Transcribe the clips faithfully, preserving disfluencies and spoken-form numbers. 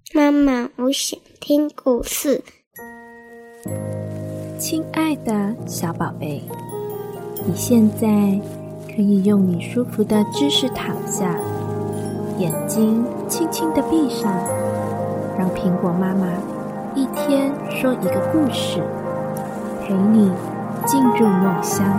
妈妈，我想听故事。 亲爱的小宝贝，你现在可以用你舒服的姿势躺下，眼睛轻轻地闭上，让苹果妈妈一天说一个故事，陪你进入梦乡。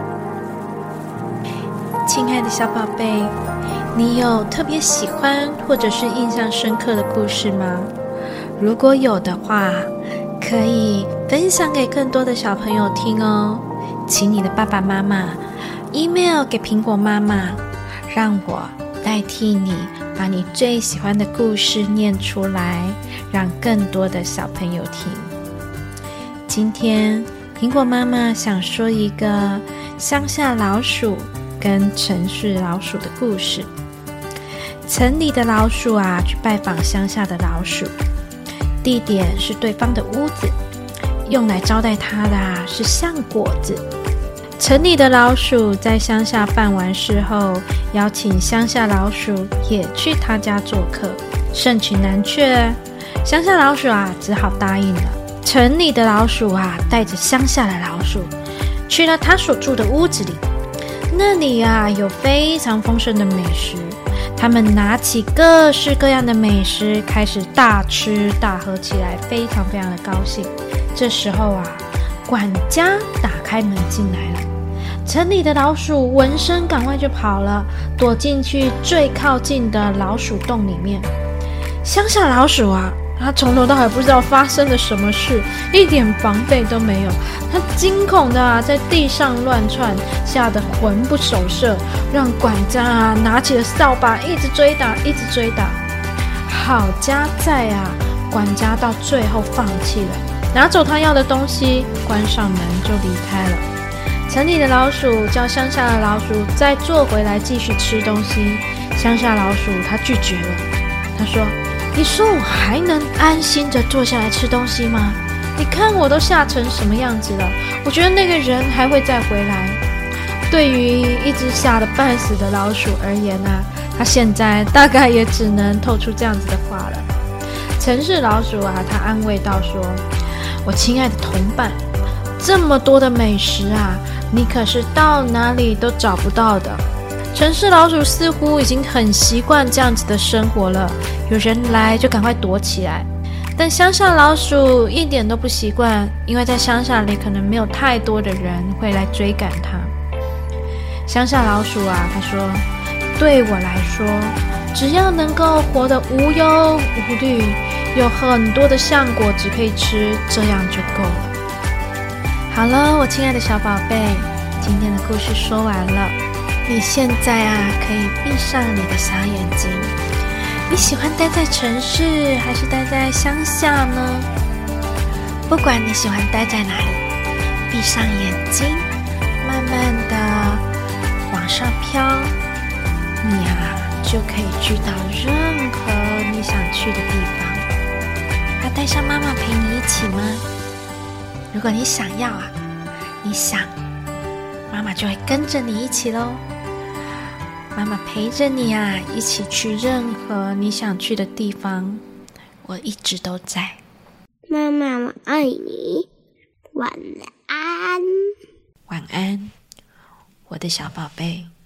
亲爱的小宝贝，你有特别喜欢或者是印象深刻的故事吗？如果有的话，可以分享给更多的小朋友听哦。请你的爸爸妈妈 email 给苹果妈妈，让我代替你把你最喜欢的故事念出来，让更多的小朋友听。今天苹果妈妈想说一个乡下老鼠跟城市老鼠的故事。城里的老鼠啊，去拜访乡下的老鼠，地点是对方的屋子，用来招待他的啊是橡果子。城里的老鼠在乡下办完事后，邀请乡下老鼠也去他家做客，盛情难却，乡下老鼠啊只好答应了。城里的老鼠啊带着乡下的老鼠去了他所住的屋子里，那里啊有非常丰盛的美食，他们拿起各式各样的美食，开始大吃大喝起来，非常非常的高兴。这时候啊，管家打开门进来了，城里的老鼠闻声赶快就跑了，躲进去最靠近的老鼠洞里面。乡下老鼠啊，他从头到尾不知道发生了什么事，一点防备都没有，他惊恐的啊在地上乱窜，吓得魂不守舍，让管家啊拿起了扫把一直追打一直追打。好家在啊，管家到最后放弃了，拿走他要的东西，关上门就离开了。城里的老鼠叫乡下的老鼠再坐回来继续吃东西，乡下老鼠他拒绝了，他说，你说我还能安心的坐下来吃东西吗？你看我都吓成什么样子了，我觉得那个人还会再回来。对于一只吓得半死的老鼠而言啊，他现在大概也只能透出这样子的话了。城市老鼠啊，他安慰道说，我亲爱的同伴，这么多的美食啊，你可是到哪里都找不到的。城市老鼠似乎已经很习惯这样子的生活了，有人来就赶快躲起来。但乡下老鼠一点都不习惯，因为在乡下里可能没有太多的人会来追赶它。乡下老鼠啊，他说，对我来说，只要能够活得无忧无虑，有很多的橡果子可以吃，这样就够了。好了，我亲爱的小宝贝，今天的故事说完了。你现在啊，可以闭上你的小眼睛。你喜欢待在城市还是待在乡下呢？不管你喜欢待在哪里，闭上眼睛，慢慢的往上飘，你啊就可以去到任何你想去的地方。要带上妈妈陪你一起吗？如果你想要啊，你想，妈妈就会跟着你一起咯。妈妈陪着你啊，一起去任何你想去的地方，我一直都在。 妈妈，我爱你，晚安。 晚安，我的小宝贝。